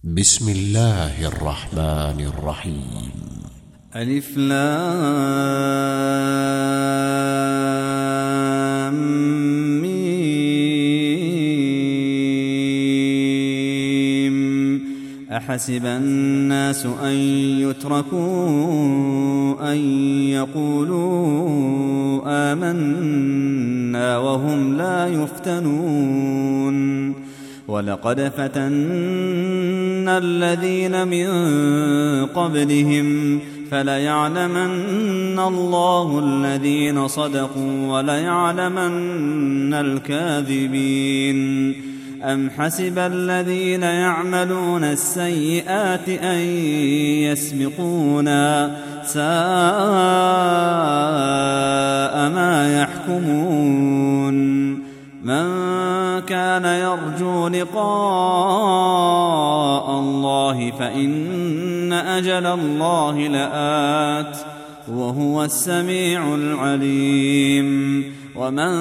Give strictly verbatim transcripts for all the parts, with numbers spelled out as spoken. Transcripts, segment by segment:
بسم الله الرحمن الرحيم. ألف لام ميم. أحسب الناس أن يتركوا أن يقولوا آمنا وهم لا يفتنون. ولقد فتنا الذين من قبلهم فليعلمن الله الذين صدقوا وليعلمن الكاذبين. أم حسب الذين يعملون السيئات أن يسبقونا ساء ما يحكمون. من كان يرجو لقاء الله فإن أجل الله لآت وهو السميع العليم. ومن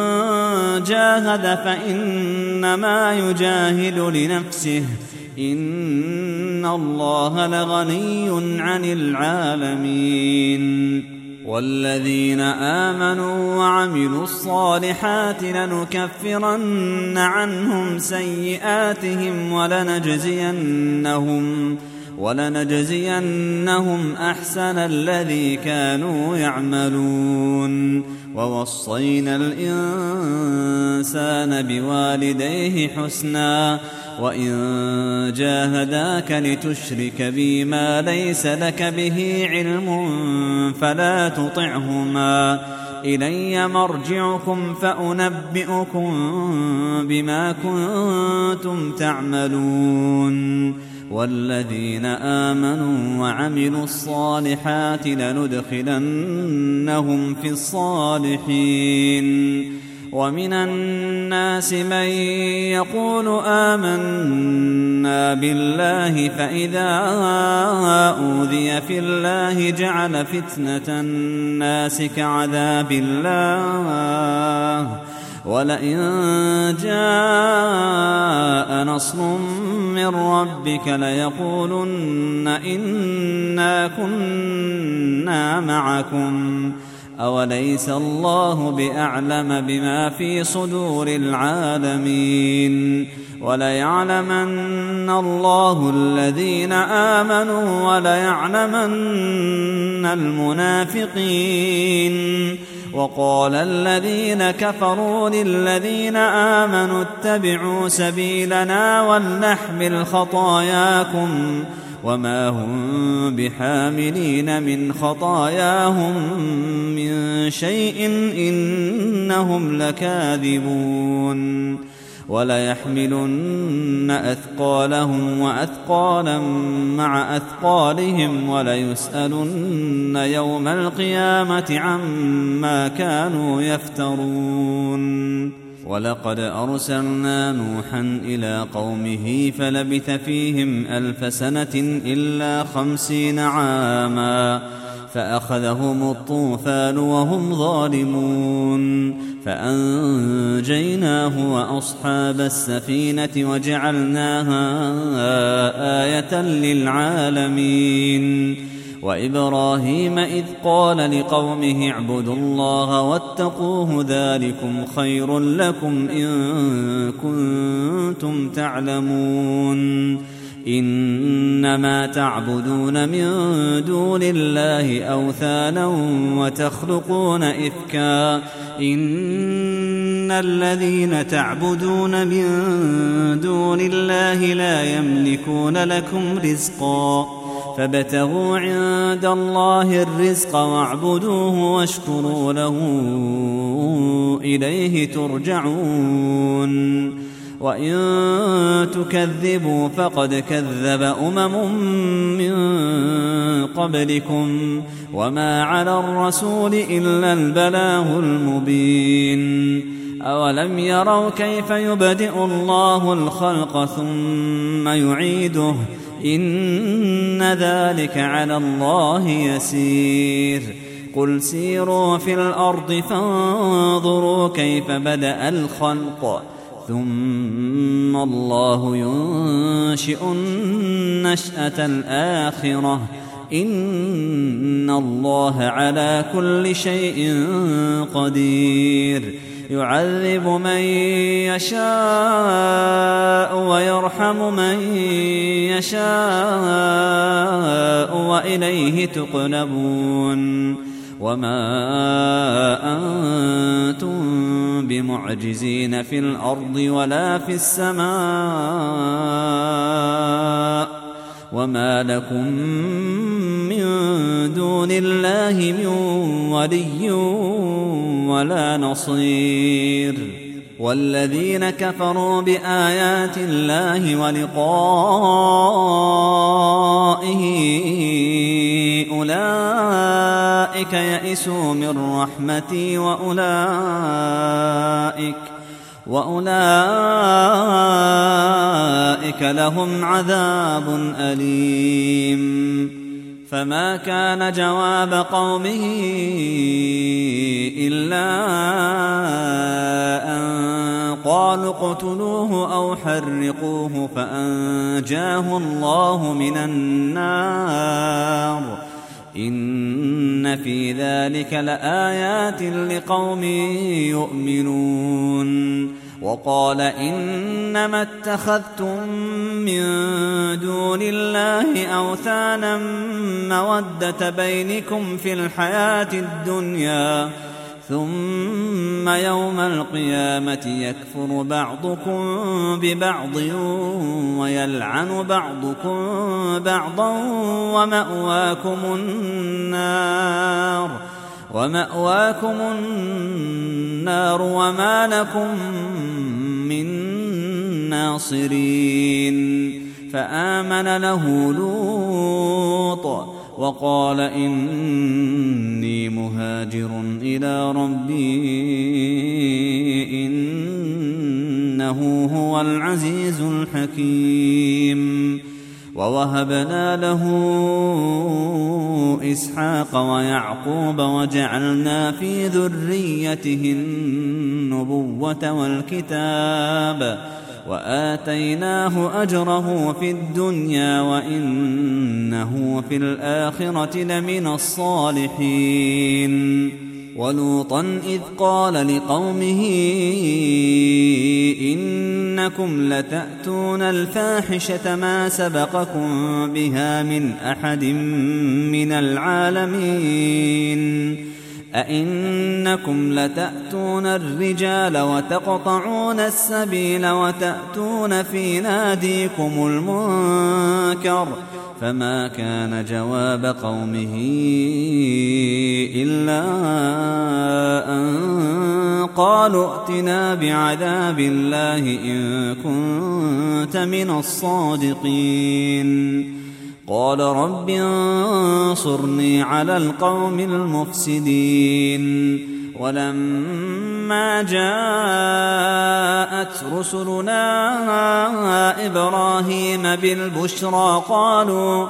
جاهد فإنما يجاهد لنفسه إن الله لغني عن العالمين. والذين آمنوا وعملوا الصالحات لنكفرن عنهم سيئاتهم ولنجزينهم ولنجزينهم أحسن الذي كانوا يعملون. ووصينا الإنسان بوالديه حسنا وإن جاهداك لتشرك بي ما ليس لك به علم فلا تطعهما إلي مرجعكم فأنبئكم بما كنتم تعملون. والذين آمنوا وعملوا الصالحات لندخلنهم في الصالحين. ومن الناس من يقول آمنا بالله فإذا أوذي في الله جعل فتنة الناس كعذاب الله ولئن جاء نصر من ربك ليقولن إنا كنا معكم أوليس الله بأعلم بما في صدور العالمين. وليعلمن الله الذين آمنوا وليعلمن المنافقين. وقال الذين كفروا للذين آمنوا اتبعوا سبيلنا ولنحمل خطاياكم وما هم بحاملين من خطاياهم من شيء إنهم لكاذبون. وليحملن أثقالهم وأثقالا مع أثقالهم وليسألن يوم القيامة عما كانوا يفترون. ولقد أرسلنا نوحا إلى قومه فلبث فيهم ألف سنة إلا خمسين عاما فأخذهم الطوفان وهم ظالمون فأنجيناه وأصحاب السفينة وجعلناها آية للعالمين. وإبراهيم إذ قال لقومه اعبدوا الله واتقوه ذلكم خير لكم إن كنتم تعلمون. إنما تعبدون من دون الله أوثانا وتخلقون إفكا إن الذين تعبدون من دون الله لا يملكون لكم رزقا فابتغوا عند الله الرزق واعبدوه واشكروا له إليه ترجعون. وإن تكذبوا فقد كذب أمم من قبلكم وما على الرسول إلا البلاغ المبين. أولم يروا كيف يبدئ الله الخلق ثم يعيده إن ذلك على الله يسير. قل سيروا في الأرض فانظروا كيف بدأ الخلق ثم الله ينشئ النشأة الآخرة إن الله على كل شيء قدير يعذب من يشاء ويرحم من يشاء وإليه تقلبون وما أنتم بمعجزين في الأرض ولا في السماء وما لكم من دون الله من ولي ولا نصير والذين كفروا بآيات الله ولقائه أولئك يئسوا من رحمتي وأولئك وأولئك لهم عذاب أليم فما كان جواب قومه إلا أن قالوا اقتلوه أو حرقوه فأنجاه الله من النار إن في ذلك لآيات لقوم يؤمنون وقال إنما اتخذتم من دون الله أوثانا مودة بينكم في الحياة الدنيا ثم يوم القيامة يكفر بعضكم ببعض ويلعن بعضكم بعضا ومأواكم النار ومأواكم النار وما لكم من ناصرين فآمن له لوط وقال إني مهاجر إلى ربي إنه هو العزيز الحكيم ووهبنا له إسحاق ويعقوب وجعلنا في ذريته النبوة والكتاب وآتيناه أجره في الدنيا وإنه في الآخرة لمن الصالحين ولوطا إذ قال لقومه إنكم لتأتون الفاحشة ما سبقكم بها من أحد من العالمين أئنكم لتأتون الرجال وتقطعون السبيل وتأتون في ناديكم المنكر فما كان جواب قومه إلا أن قالوا ائتنا بعذاب الله إن كنت من الصادقين قال رب انصرني على القوم المفسدين ولما جاءت رسلنا إبراهيم بالبشرى قالوا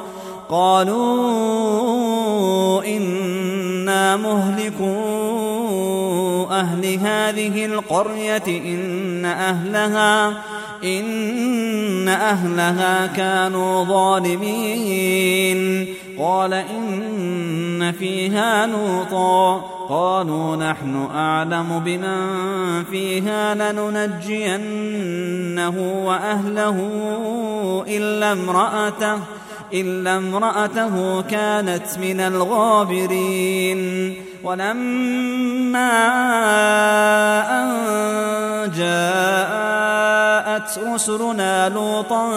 قالوا إنا مهلكو أهل هذه القرية إن أهلها إن أهلها كانوا ظالمين قال إن فيها لوطا قالوا نحن أعلم بمن فيها لننجينه وأهله إلا امرأته إلا امرأته كانت من الغابرين ولما أن جاءت رسلنا لوطا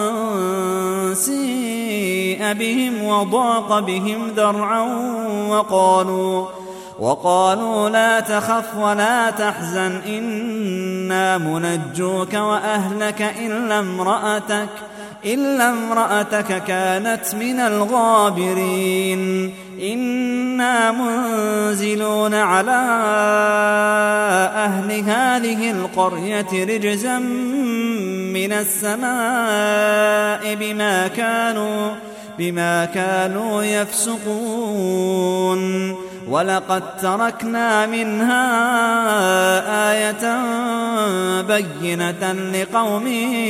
سيء بهم وضاق بهم ذرعا وقالوا وقالوا لا تخف ولا تحزن إنا منجوك وأهلك إلا امرأتك إلا امرأتك كانت من الغابرين إنا منزلون على أهل هذه القرية رجزا من السماء بما كانوا بما كانوا يفسقون ولقد تركنا منها آية بينة لقوم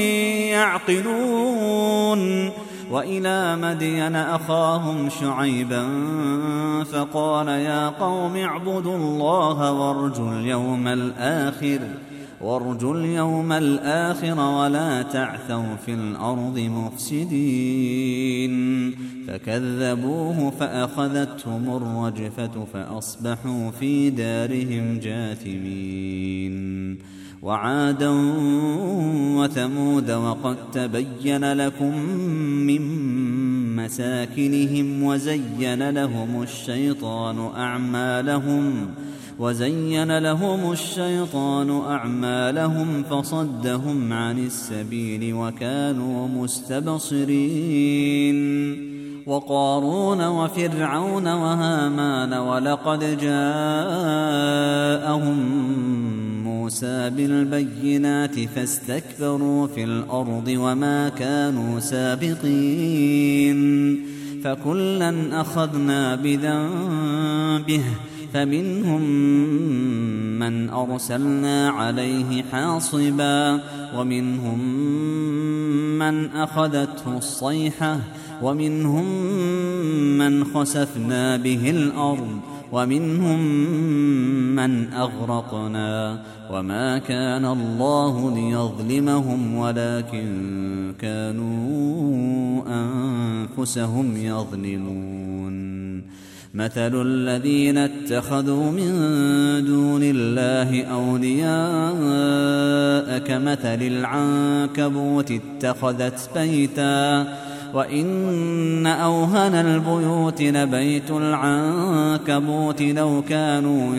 يعقلون وإلى مدين أخاهم شعيبا فقال يا قوم اعبدوا الله وارجوا اليوم الآخر وارجوا اليوم الآخر ولا تعثوا في الأرض مفسدين فكذبوه فأخذتهم الرجفة فأصبحوا في دارهم جاثمين وعادا وثمود وقد تبين لكم من مساكنهم وزين لهم الشيطان أعمالهم وزين لهم الشيطان أعمالهم فصدهم عن السبيل وكانوا مستبصرين وقارون وفرعون وهامان ولقد جاءهم موسى بالبينات فاستكبروا في الأرض وما كانوا سابقين فكلا أخذنا بذنبه فمنهم من أرسلنا عليه حاصبا ومنهم من أخذته الصيحة ومنهم من خسفنا به الأرض ومنهم من أغرقنا وما كان الله ليظلمهم ولكن كانوا أنفسهم يظلمون مثل الذين اتخذوا من دون الله أولياء كمثل العنكبوت اتخذت بيتا وإن أوهن البيوت لبيت العنكبوت لو كانوا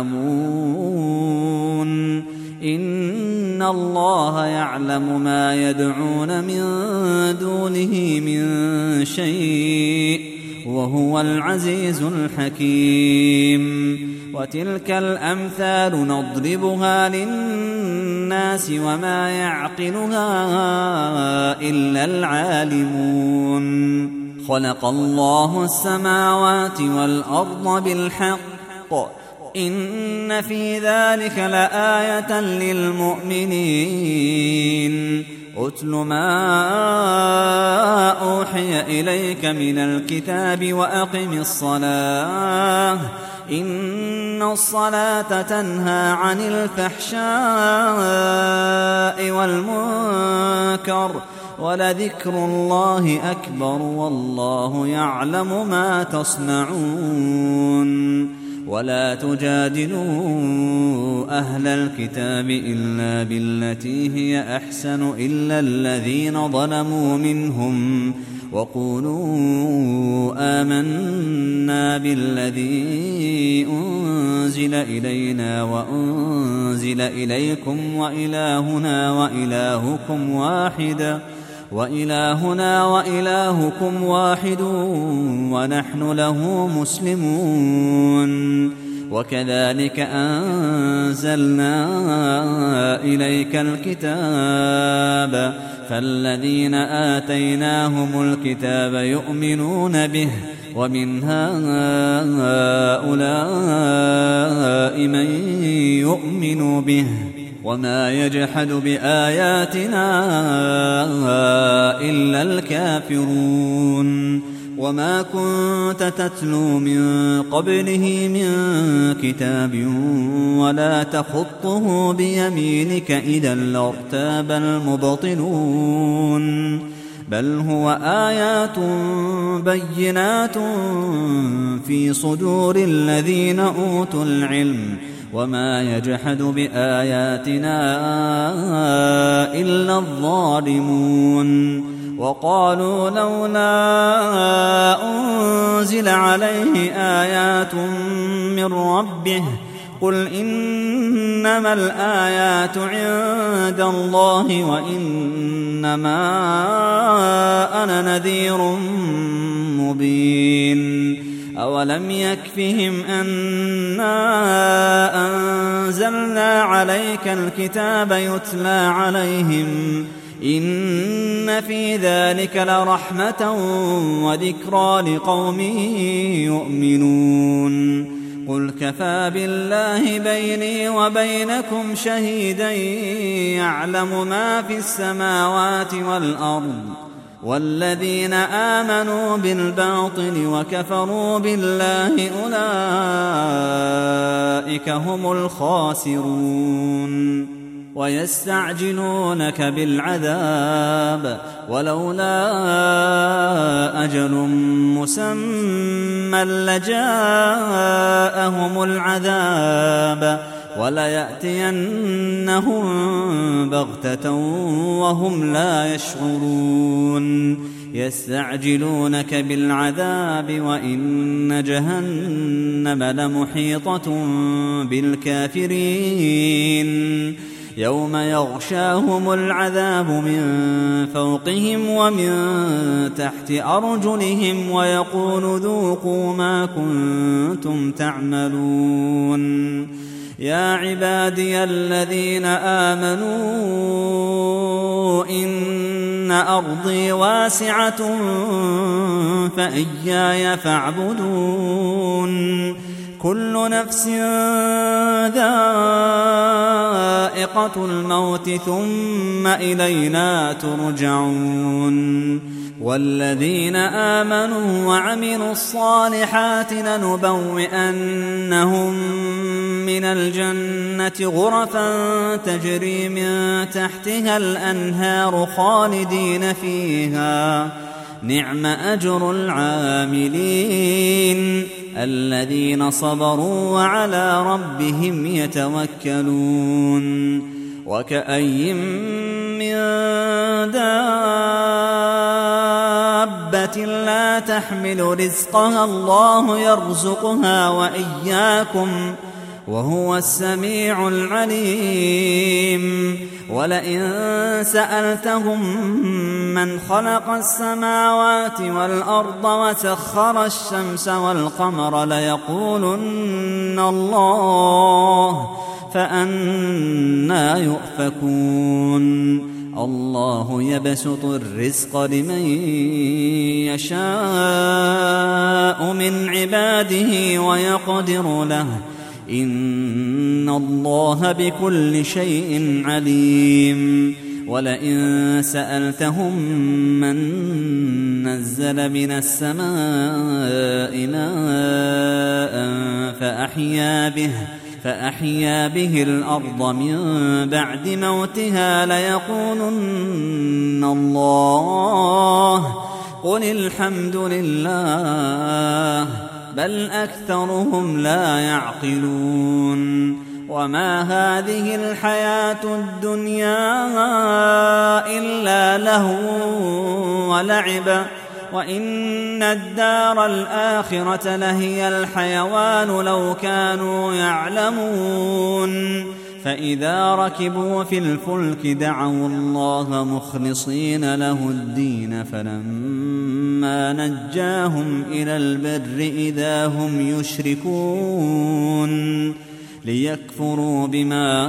يعلمون إن الله يعلم ما يدعون من دونه من شيء وهو العزيز الحكيم وتلك الأمثال نضربها للناس وما يعقلها إلا العالمون خلق الله السماوات والأرض بالحق إن في ذلك لآية للمؤمنين أتل ما أوحي إليك من الكتاب وأقم الصلاة إن الصلاة تنهى عن الفحشاء والمنكر ولذكر الله أكبر والله يعلم ما تصنعون ولا تجادلوا أهل الكتاب إلا بالتي هي أحسن إلا الذين ظلموا منهم وقولوا آمنا بالذي أنزل إلينا وأنزل إليكم وإلهنا وإلهكم واحد وإلهنا وإلهكم واحد ونحن له مسلمون وكذلك أنزلنا إليك الكتاب فالذين آتيناهم الكتاب يؤمنون به ومن هؤلاء من يؤمن به وما يجحد بآياتنا إلا الكافرون وما كنت تتلو من قبله من كتاب ولا تخطه بيمينك إذا لارتاب المبطلون بل هو آيات بينات في صدور الذين أوتوا العلم وما يجحد بآياتنا إلا الظالمون وقالوا لولا أنزل عليه آيات من ربه قل إنما الآيات عند الله وإنما أنا نذير مبين أولم يكفهم أنا أنزلنا عليك الكتاب يتلى عليهم إن في ذلك لرحمة وذكرى لقوم يؤمنون قل كفى بالله بيني وبينكم شهيدا يعلم ما في السماوات والأرض والذين آمنوا بالباطل وكفروا بالله أولئك هم الخاسرون ويستعجلونك بالعذاب ولولا أجل مسمى لجاءهم العذاب وليأتينهم بغتة وهم لا يشعرون يستعجلونك بالعذاب وإن جهنم لمحيطة بالكافرين يوم يغشاهم العذاب من فوقهم ومن تحت أرجلهم ويقول ذوقوا ما كنتم تعملون يا عبادي الذين آمنوا إن أرضي واسعة فإياي فاعبدون كل نفس ذائقة الموت ثم إلينا ترجعون والذين آمنوا وعملوا الصالحات لنبوئنهم من الجنة غرفا تجري من تحتها الأنهار خالدين فيها نعم أجر العاملين الذين صبروا وعلى ربهم يتوكلون وكأي من دابة لا تحمل رزقها الله يرزقها وإياكم وهو السميع العليم ولئن سألتهم من خلق السماوات والأرض وسخر الشمس والقمر ليقولن الله فأنى يؤفكون الله يبسط الرزق لمن يشاء من عباده ويقدر له إن الله بكل شيء عليم ولئن سألتهم من نزل من السماء ماء فأحيا به فأحيا به الأرض من بعد موتها ليقولن الله قل الحمد لله بل أكثرهم لا يعقلون وما هذه الحياة الدنيا إلا لهو ولعب وإن الدار الآخرة لهي الحيوان لو كانوا يعلمون فإذا ركبوا في الفلك دعوا الله مخلصين له الدين فلما نجاهم إلى البر إذا هم يشركون ليكفروا بما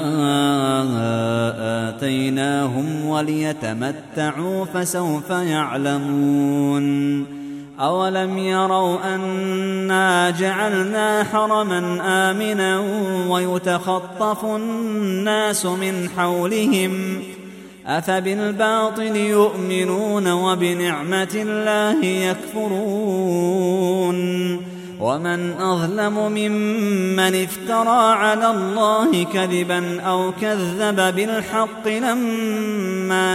آتيناهم وليتمتعوا فسوف يعلمون أولم يروا أنا جعلنا حرما آمنا ويتخطف الناس من حولهم أفبالباطل يؤمنون وبنعمة الله يكفرون ومن أظلم ممن افترى على الله كذبا أو كذب بالحق لما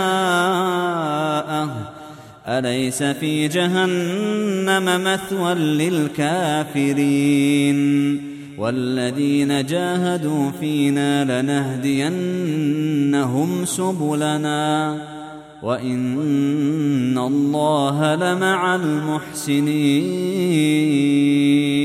جاءه أليس في جهنم مثوى للكافرين والذين جاهدوا فينا لنهدينهم سبلنا وإن الله لمع المحسنين.